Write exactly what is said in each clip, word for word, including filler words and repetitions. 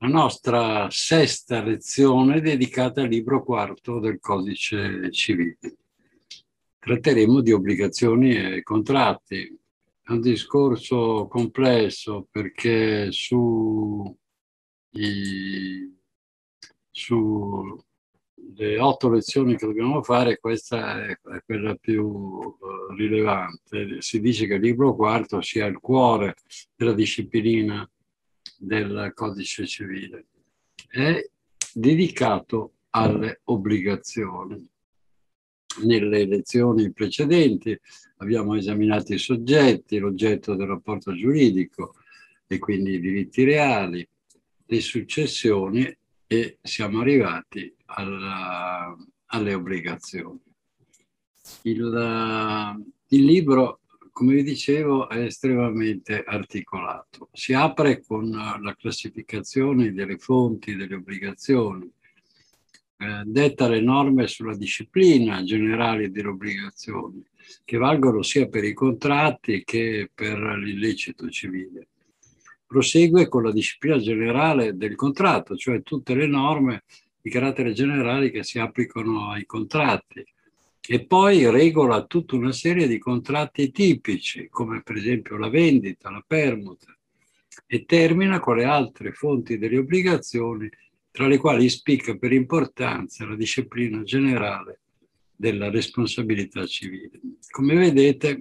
nostra sesta lezione dedicata al libro quarto del Codice Civile. Tratteremo di obbligazioni e contratti. È un discorso complesso perché su, i, su le otto lezioni che dobbiamo fare, questa è quella più uh, rilevante. Si dice che il libro quarto sia il cuore della disciplina del Codice Civile. È dedicato alle obbligazioni. Nelle lezioni precedenti abbiamo esaminato i soggetti, l'oggetto del rapporto giuridico e quindi i diritti reali, le successioni e siamo arrivati alla, alle obbligazioni. Il, il libro, come vi dicevo, è estremamente articolato. Si apre con la classificazione delle fonti delle obbligazioni, eh, detta le norme sulla disciplina generale delle obbligazioni, che valgono sia per i contratti che per l'illecito civile. Prosegue con la disciplina generale del contratto, cioè tutte le norme di carattere generale che si applicano ai contratti. E poi regola tutta una serie di contratti tipici, come per esempio la vendita, la permuta, e termina con le altre fonti delle obbligazioni, tra le quali spicca per importanza la disciplina generale della responsabilità civile. Come vedete,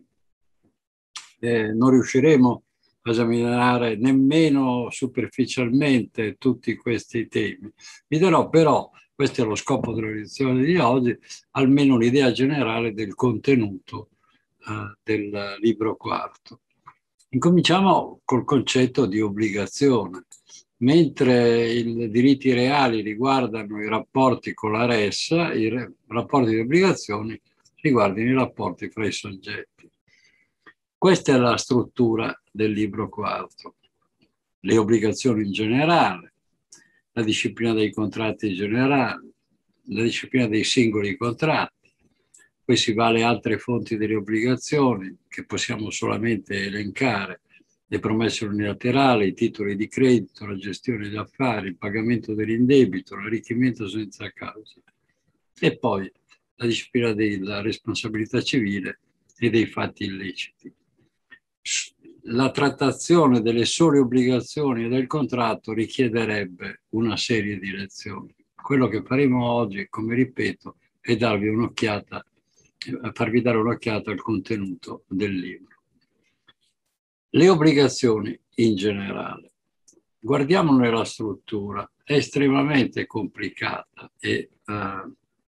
eh, non riusciremo a esaminare nemmeno superficialmente tutti questi temi. Vi darò però, questo è lo scopo della lezione di oggi, almeno un'idea generale del contenuto eh, del libro quarto. Incominciamo col concetto di obbligazione. Mentre i diritti reali riguardano i rapporti con la res, i rapporti di obbligazioni riguardano i rapporti fra i soggetti. Questa è la struttura del libro quarto. Le obbligazioni in generale, la disciplina dei contratti generali, la disciplina dei singoli contratti, poi si va alle altre fonti delle obbligazioni che possiamo solamente elencare: le promesse unilaterali, i titoli di credito, la gestione degli affari, il pagamento dell'indebito, l'arricchimento senza causa. E poi la disciplina della responsabilità civile e dei fatti illeciti. La trattazione delle sole obbligazioni e del contratto richiederebbe una serie di lezioni. Quello che faremo oggi, come ripeto, è darvi un'occhiata, farvi dare un'occhiata al contenuto del libro. Le obbligazioni in generale. Guardiamone la struttura, è estremamente complicata e, uh,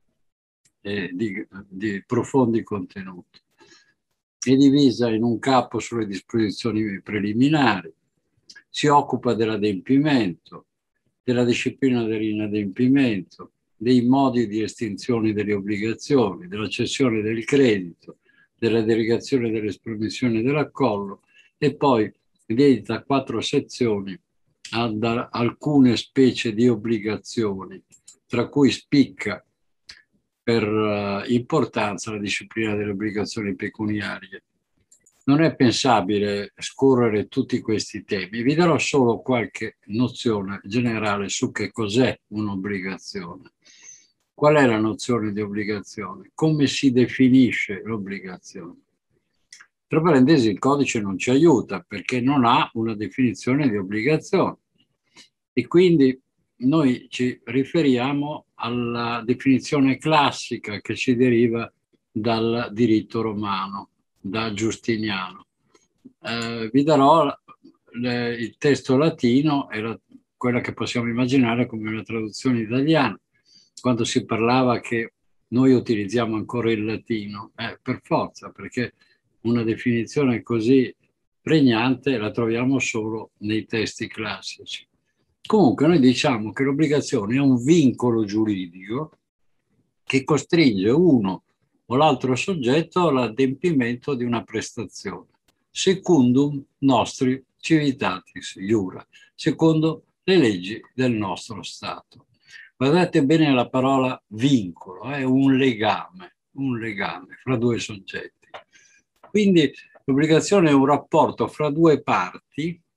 e di, di profondi contenuti. È divisa in un capo sulle disposizioni preliminari, si occupa dell'adempimento, della disciplina dell'inadempimento, dei modi di estinzione delle obbligazioni, della cessione del credito, della delegazione dell'espromissione dell'accollo, e poi dedica quattro sezioni ad alcune specie di obbligazioni, tra cui spicca per uh, importanza la disciplina delle obbligazioni pecuniarie. Non è pensabile scorrere tutti questi temi. Vi darò solo qualche nozione generale su che cos'è un'obbligazione. Qual è la nozione di obbligazione? Come si definisce l'obbligazione? Tra parentesi, il codice non ci aiuta perché non ha una definizione di obbligazione e quindi noi ci riferiamo alla definizione classica che ci deriva dal diritto romano, da Giustiniano. Eh, vi darò le, il testo latino e la, quella che possiamo immaginare come una traduzione italiana, quando si parlava che noi utilizziamo ancora il latino, eh, per forza, perché una definizione così pregnante la troviamo solo nei testi classici. Comunque noi diciamo che l'obbligazione è un vincolo giuridico che costringe uno o l'altro soggetto all'adempimento di una prestazione, secundum nostri civitatis iura, secondo le leggi del nostro Stato. Guardate bene la parola vincolo, è eh, un legame, un legame fra due soggetti. Quindi l'obbligazione è un rapporto fra due parti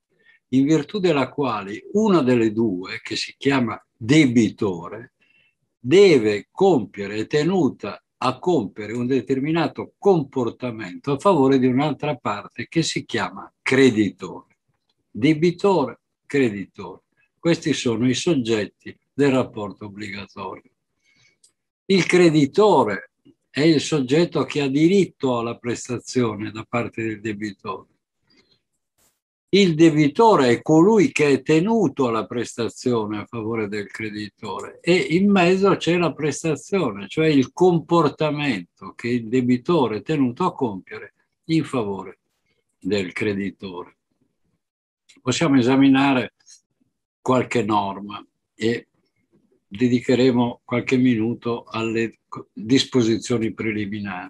in virtù della quale una delle due, che si chiama debitore, deve compiere, è tenuta a compiere un determinato comportamento a favore di un'altra parte che si chiama creditore. Debitore, creditore. Questi sono i soggetti del rapporto obbligatorio. Il creditore è il soggetto che ha diritto alla prestazione da parte del debitore. Il debitore è colui che è tenuto alla prestazione a favore del creditore e in mezzo c'è la prestazione, cioè il comportamento che il debitore è tenuto a compiere in favore del creditore. Possiamo esaminare qualche norma e dedicheremo qualche minuto alle disposizioni preliminari.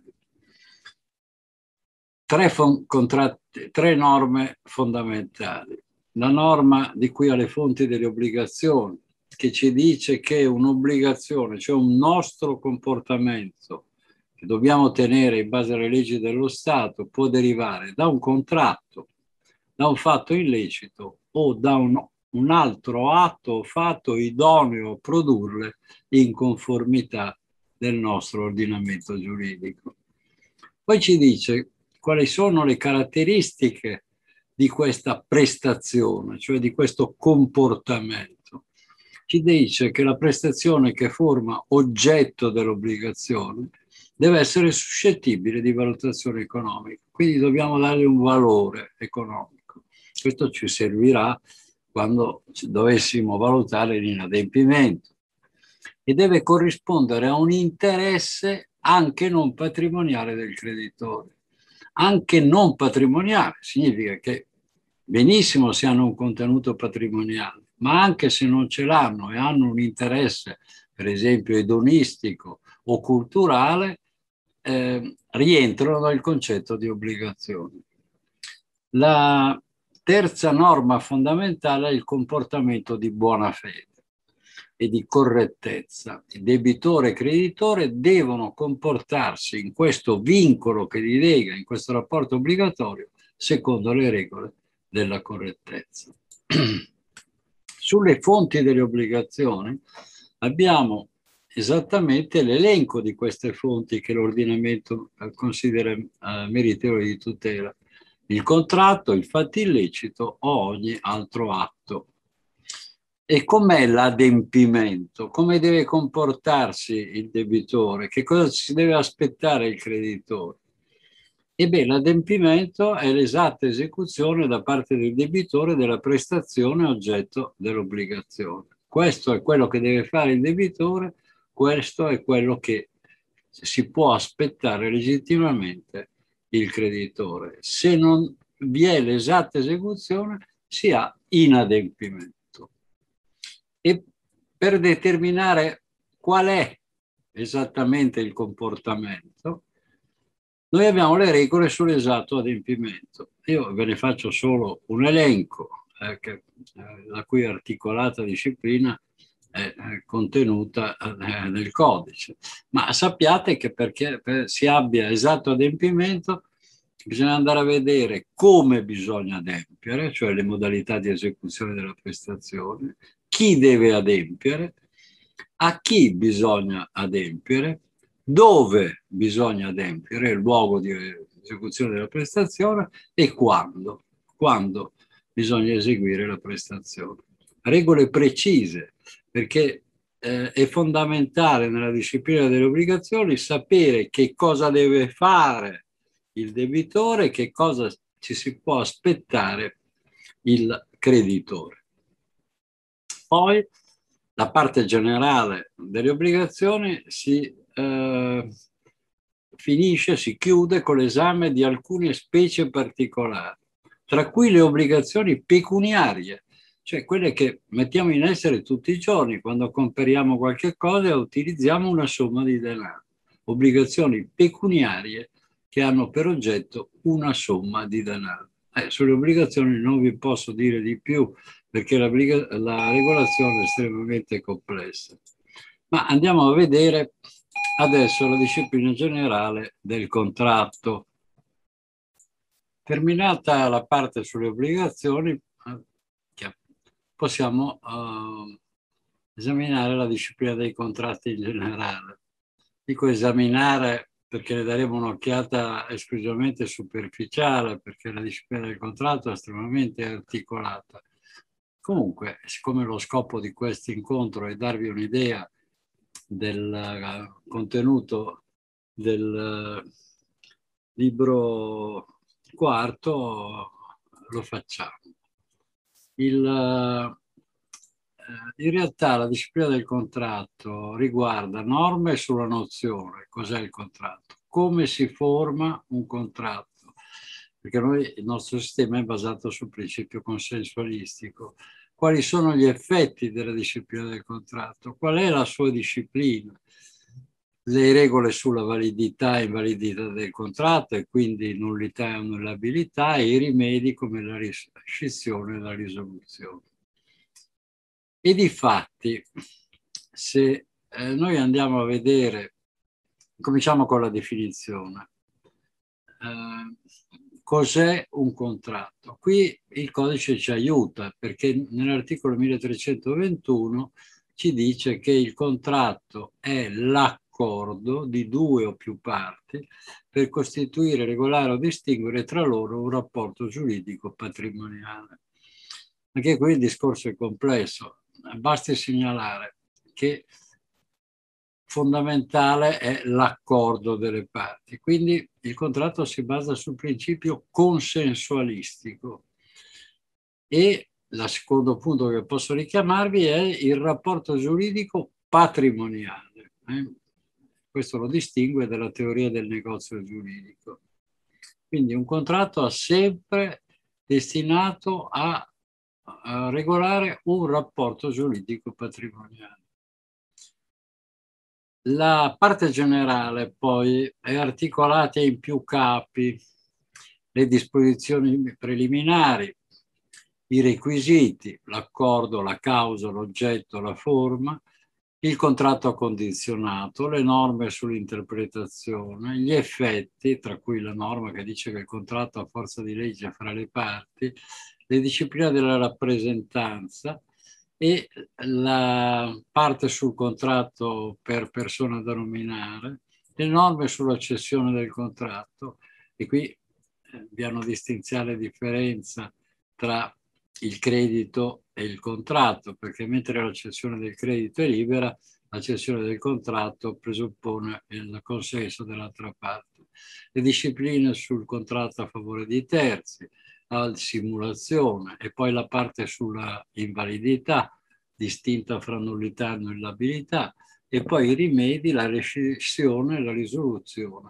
Tre, contratti, tre norme fondamentali. La norma di cui alle fonti delle obbligazioni, che ci dice che un'obbligazione, cioè un nostro comportamento che dobbiamo tenere in base alle leggi dello Stato, può derivare da un contratto, da un fatto illecito o da un, un altro atto o fatto idoneo a produrle in conformità del nostro ordinamento giuridico. Poi ci dice quali sono le caratteristiche di questa prestazione, cioè di questo comportamento. Ci dice che la prestazione che forma oggetto dell'obbligazione deve essere suscettibile di valutazione economica, quindi dobbiamo dargli un valore economico. Questo ci servirà quando dovessimo valutare l'inadempimento e deve corrispondere a un interesse anche non patrimoniale del creditore. Anche non patrimoniale significa che benissimo se hanno un contenuto patrimoniale, ma anche se non ce l'hanno e hanno un interesse, per esempio edonistico o culturale, eh, rientrano nel concetto di obbligazione. La terza norma fondamentale è il comportamento di buona fede e di correttezza. Il debitore e il creditore devono comportarsi in questo vincolo che li lega, in questo rapporto obbligatorio, secondo le regole della correttezza. Sulle fonti delle obbligazioni abbiamo esattamente l'elenco di queste fonti che l'ordinamento considera eh, meritevoli di tutela. Il contratto, il fatto illecito o ogni altro atto. E com'è l'adempimento? Come deve comportarsi il debitore? Che cosa si deve aspettare il creditore? Ebbene, l'adempimento è l'esatta esecuzione da parte del debitore della prestazione oggetto dell'obbligazione. Questo è quello che deve fare il debitore, questo è quello che si può aspettare legittimamente il creditore. Se non vi è l'esatta esecuzione, si ha inadempimento. E per determinare qual è esattamente il comportamento, noi abbiamo le regole sull'esatto adempimento. Io ve ne faccio solo un elenco, eh, che, eh, la cui articolata disciplina è eh, contenuta eh, nel codice. Ma sappiate che perché per, si abbia esatto adempimento bisogna andare a vedere come bisogna adempiere, cioè le modalità di esecuzione della prestazione, chi deve adempiere, a chi bisogna adempiere, dove bisogna adempiere, il luogo di esecuzione della prestazione e quando, quando bisogna eseguire la prestazione. Regole precise, perché eh, è fondamentale nella disciplina delle obbligazioni sapere che cosa deve fare il debitore e che cosa ci si può aspettare il creditore. Poi la parte generale delle obbligazioni si eh, finisce, si chiude con l'esame di alcune specie particolari, tra cui le obbligazioni pecuniarie, cioè quelle che mettiamo in essere tutti i giorni quando comperiamo qualche cosa e utilizziamo una somma di denaro. Obbligazioni pecuniarie che hanno per oggetto una somma di denaro. Eh, sulle obbligazioni non vi posso dire di più perché la, la regolazione è estremamente complessa. Ma andiamo a vedere adesso la disciplina generale del contratto. Terminata la parte sulle obbligazioni, possiamo uh, esaminare la disciplina dei contratti in generale. Dico esaminare perché ne daremo un'occhiata esclusivamente superficiale, perché la disciplina del contratto è estremamente articolata. Comunque, siccome lo scopo di questo incontro è darvi un'idea del contenuto del libro quarto, lo facciamo. Il, in realtà la disciplina del contratto riguarda norme sulla nozione, cos'è il contratto, come si forma un contratto, perché noi, il nostro sistema è basato sul principio consensualistico. Quali sono gli effetti della disciplina del contratto? Qual è la sua disciplina? Le regole sulla validità e invalidità del contratto e quindi nullità e annullabilità e i rimedi come la rescissione e la risoluzione. E difatti, se eh, noi andiamo a vedere, cominciamo con la definizione. Eh, cos'è un contratto? Qui il codice ci aiuta perché nell'articolo milletrecentoventuno ci dice che il contratto è l'accordo di due o più parti per costituire, regolare o distinguere tra loro un rapporto giuridico patrimoniale. Anche qui il discorso è complesso. Basti segnalare che fondamentale è l'accordo delle parti. Quindi il contratto si basa sul principio consensualistico. E il secondo punto che posso richiamarvi è il rapporto giuridico patrimoniale. Eh? Questo lo distingue dalla teoria del negozio giuridico. Quindi un contratto è sempre destinato a, a regolare un rapporto giuridico patrimoniale. La parte generale poi è articolata in più capi, le disposizioni preliminari, i requisiti, l'accordo, la causa, l'oggetto, la forma, il contratto condizionato, le norme sull'interpretazione, gli effetti, tra cui la norma che dice che il contratto ha forza di legge fra le parti, le discipline della rappresentanza e la parte sul contratto per persona da nominare, le norme sulla cessione del contratto, e qui vi è una distinzione differenza tra il credito e il contratto, perché mentre la cessione del credito è libera, la cessione del contratto presuppone il consenso dell'altra parte. Le discipline sul contratto a favore di terzi, la simulazione e poi la parte sulla invalidità, distinta fra nullità e annullabilità, e poi i rimedi, la rescissione e la risoluzione.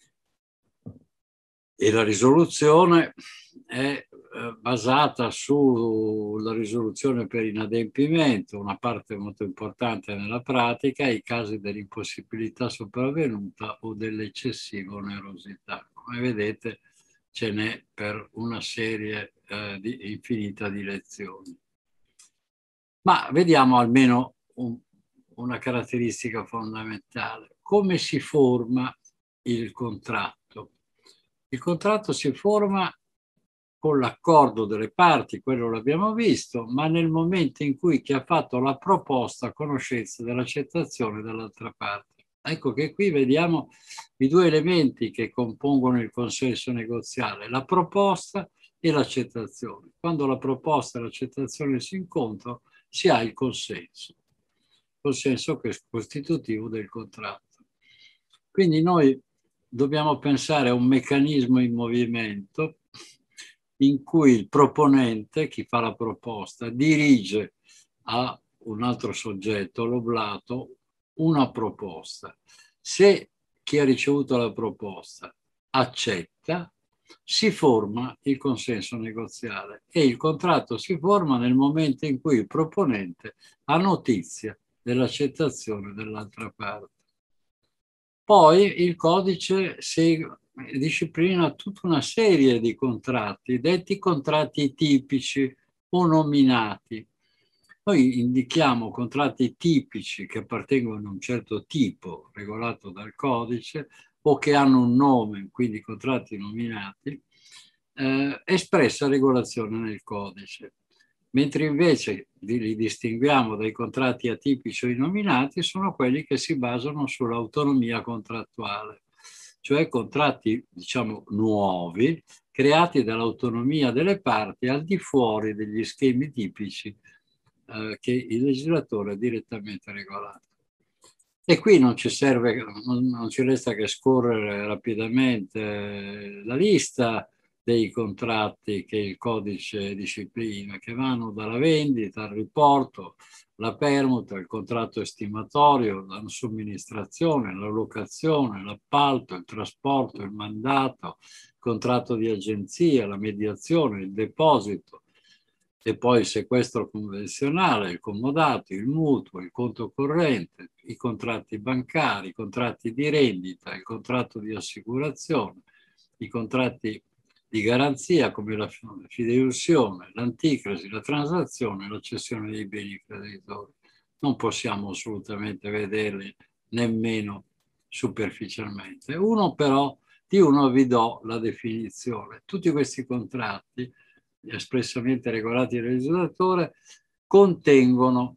E la risoluzione è basata sulla risoluzione per inadempimento, una parte molto importante nella pratica, i casi dell'impossibilità sopravvenuta o dell'eccessiva onerosità. Come vedete ce n'è per una serie eh, di, infinita di lezioni. Ma vediamo almeno un, una caratteristica fondamentale. Come si forma il contratto? Il contratto si forma con l'accordo delle parti, quello l'abbiamo visto, ma nel momento in cui chi ha fatto la proposta ha conoscenza dell'accettazione dall'altra parte. Ecco che qui vediamo i due elementi che compongono il consenso negoziale, la proposta e l'accettazione. Quando la proposta e l'accettazione si incontrano, si ha il consenso, consenso che è costitutivo del contratto. Quindi noi dobbiamo pensare a un meccanismo in movimento in cui il proponente, chi fa la proposta, dirige a un altro soggetto, l'oblato, una proposta. Se chi ha ricevuto la proposta accetta, si forma il consenso negoziale e il contratto si forma nel momento in cui il proponente ha notizia dell'accettazione dell'altra parte. Poi il codice segue, disciplina tutta una serie di contratti, detti contratti tipici o nominati. Noi indichiamo contratti tipici che appartengono a un certo tipo regolato dal codice o che hanno un nome, quindi contratti nominati, eh, espressa regolazione nel codice. mentre invece li distinguiamo dai contratti atipici o innominati sono quelli che si basano sull'autonomia contrattuale, cioè contratti, diciamo, nuovi, creati dall'autonomia delle parti al di fuori degli schemi tipici eh, che il legislatore ha direttamente regolato. E qui non ci serve, non, non ci resta che scorrere rapidamente la lista dei contratti che il codice disciplina, che vanno dalla vendita al riporto, la permuta, il contratto estimatorio, la somministrazione, la locazione, l'appalto, il trasporto, il mandato, il contratto di agenzia, la mediazione, il deposito, e poi il sequestro convenzionale, il comodato, il mutuo, il conto corrente, i contratti bancari, i contratti di rendita, il contratto di assicurazione, i contratti di garanzia come la fideiussione, l'anticrasi, la transazione, la cessione dei beni creditori. Non possiamo assolutamente vederli nemmeno superficialmente. Uno però, di uno vi do la definizione. Tutti questi contratti espressamente regolati dal legislatore contengono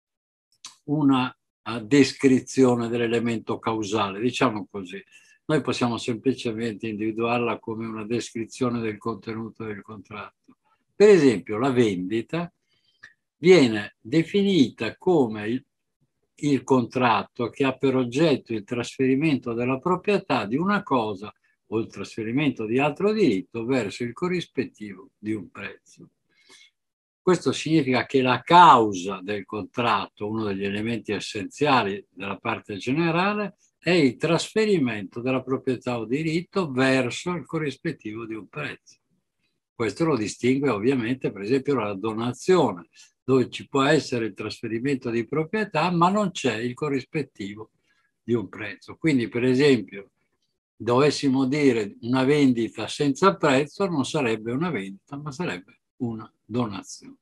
una descrizione dell'elemento causale, diciamo così. Noi possiamo semplicemente individuarla come una descrizione del contenuto del contratto. Per esempio, la vendita viene definita come il, il contratto che ha per oggetto il trasferimento della proprietà di una cosa o il trasferimento di altro diritto verso il corrispettivo di un prezzo. Questo significa che la causa del contratto, uno degli elementi essenziali della parte generale, è il trasferimento della proprietà o diritto verso il corrispettivo di un prezzo. Questo lo distingue ovviamente, per esempio, dalla donazione, dove ci può essere il trasferimento di proprietà, ma non c'è il corrispettivo di un prezzo. Quindi, per esempio, dovessimo dire una vendita senza prezzo, non sarebbe una vendita, ma sarebbe una donazione.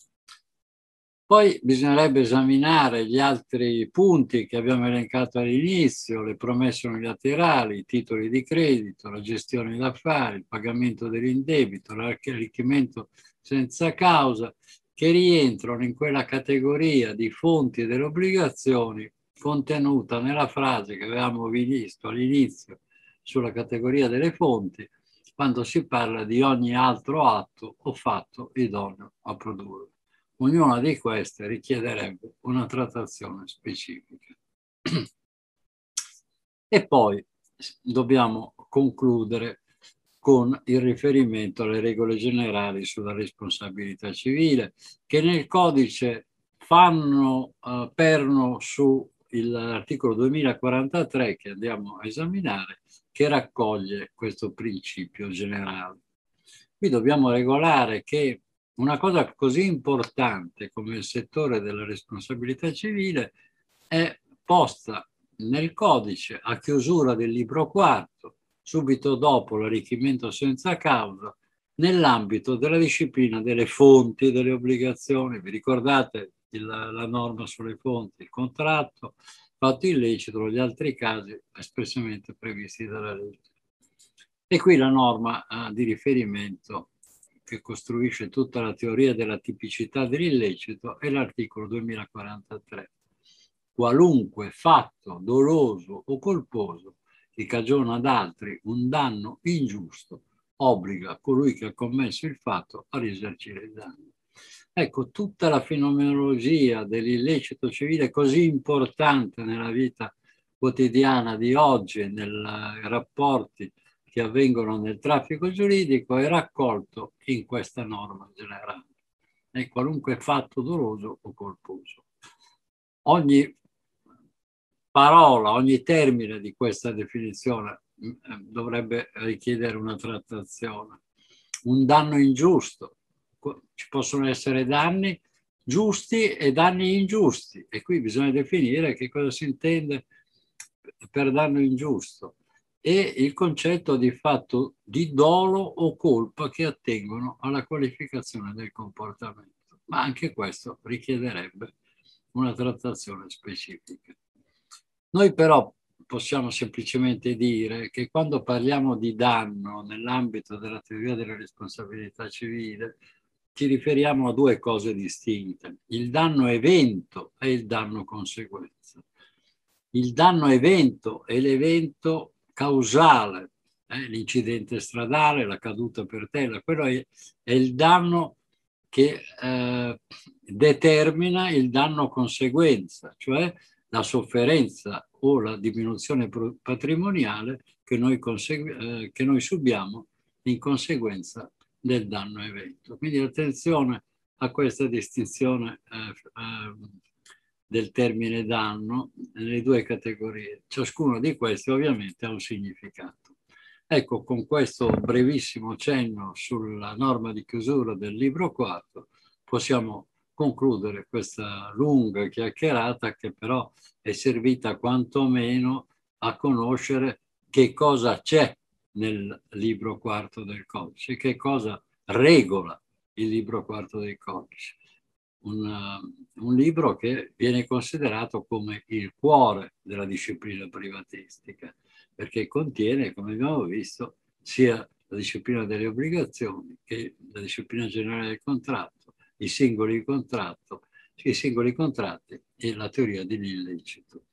Poi bisognerebbe esaminare gli altri punti che abbiamo elencato all'inizio, le promesse unilaterali, i titoli di credito, la gestione d'affari, il pagamento dell'indebito, l'arricchimento senza causa, che rientrano in quella categoria di fonti delle obbligazioni contenuta nella frase che avevamo visto all'inizio sulla categoria delle fonti, quando si parla di ogni altro atto o fatto idoneo a produrre. Ognuna di queste richiederebbe una trattazione specifica. E poi dobbiamo concludere con il riferimento alle regole generali sulla responsabilità civile, che nel codice fanno uh, perno sull'articolo duemilaquarantatré che andiamo a esaminare, che raccoglie questo principio generale. Qui dobbiamo regolare che una cosa così importante come il settore della responsabilità civile è posta nel codice a chiusura del libro quarto, subito dopo l'arricchimento senza causa, nell'ambito della disciplina delle fonti delle obbligazioni. Vi ricordate il, la norma sulle fonti, il contratto, fatto illecito, gli altri casi espressamente previsti dalla legge. E qui la norma ah, di riferimento che costruisce tutta la teoria della tipicità dell'illecito è l'articolo duemilaquarantatré. Qualunque fatto doloso o colposo che cagiona ad altri un danno ingiusto obbliga colui che ha commesso il fatto a risarcire il danno. Ecco, tutta la fenomenologia dell'illecito civile così importante nella vita quotidiana di oggi e nei rapporti che avvengono nel traffico giuridico è raccolto in questa norma generale. È qualunque fatto doloso o colposo. Ogni parola, ogni termine di questa definizione dovrebbe richiedere una trattazione. Un danno ingiusto. Ci possono essere danni giusti e danni ingiusti. E qui bisogna definire che cosa si intende per danno ingiusto. E il concetto di fatto di dolo o colpa che attengono alla qualificazione del comportamento. Ma anche questo richiederebbe una trattazione specifica. Noi però possiamo semplicemente dire che quando parliamo di danno nell'ambito della teoria della responsabilità civile, ci riferiamo a due cose distinte, il danno evento e il danno conseguenza. Il danno evento è l'evento causale, eh, l'incidente stradale, la caduta per terra, quello è, è il danno che eh, determina il danno conseguenza, cioè la sofferenza o la diminuzione patrimoniale che noi, eh, che noi subiamo in conseguenza del danno evento. Quindi attenzione a questa distinzione eh, eh, del termine danno nelle due categorie. Ciascuno di questi ovviamente ha un significato. Ecco, con questo brevissimo cenno sulla norma di chiusura del libro quarto possiamo concludere questa lunga chiacchierata che però è servita quantomeno a conoscere che cosa c'è nel libro quarto del codice, che cosa regola il libro quarto del codice. Un, un libro che viene considerato come il cuore della disciplina privatistica, perché contiene, come abbiamo visto, sia la disciplina delle obbligazioni che la disciplina generale del contratto, i singoli, contratto, i singoli contratti e la teoria dell'illecito.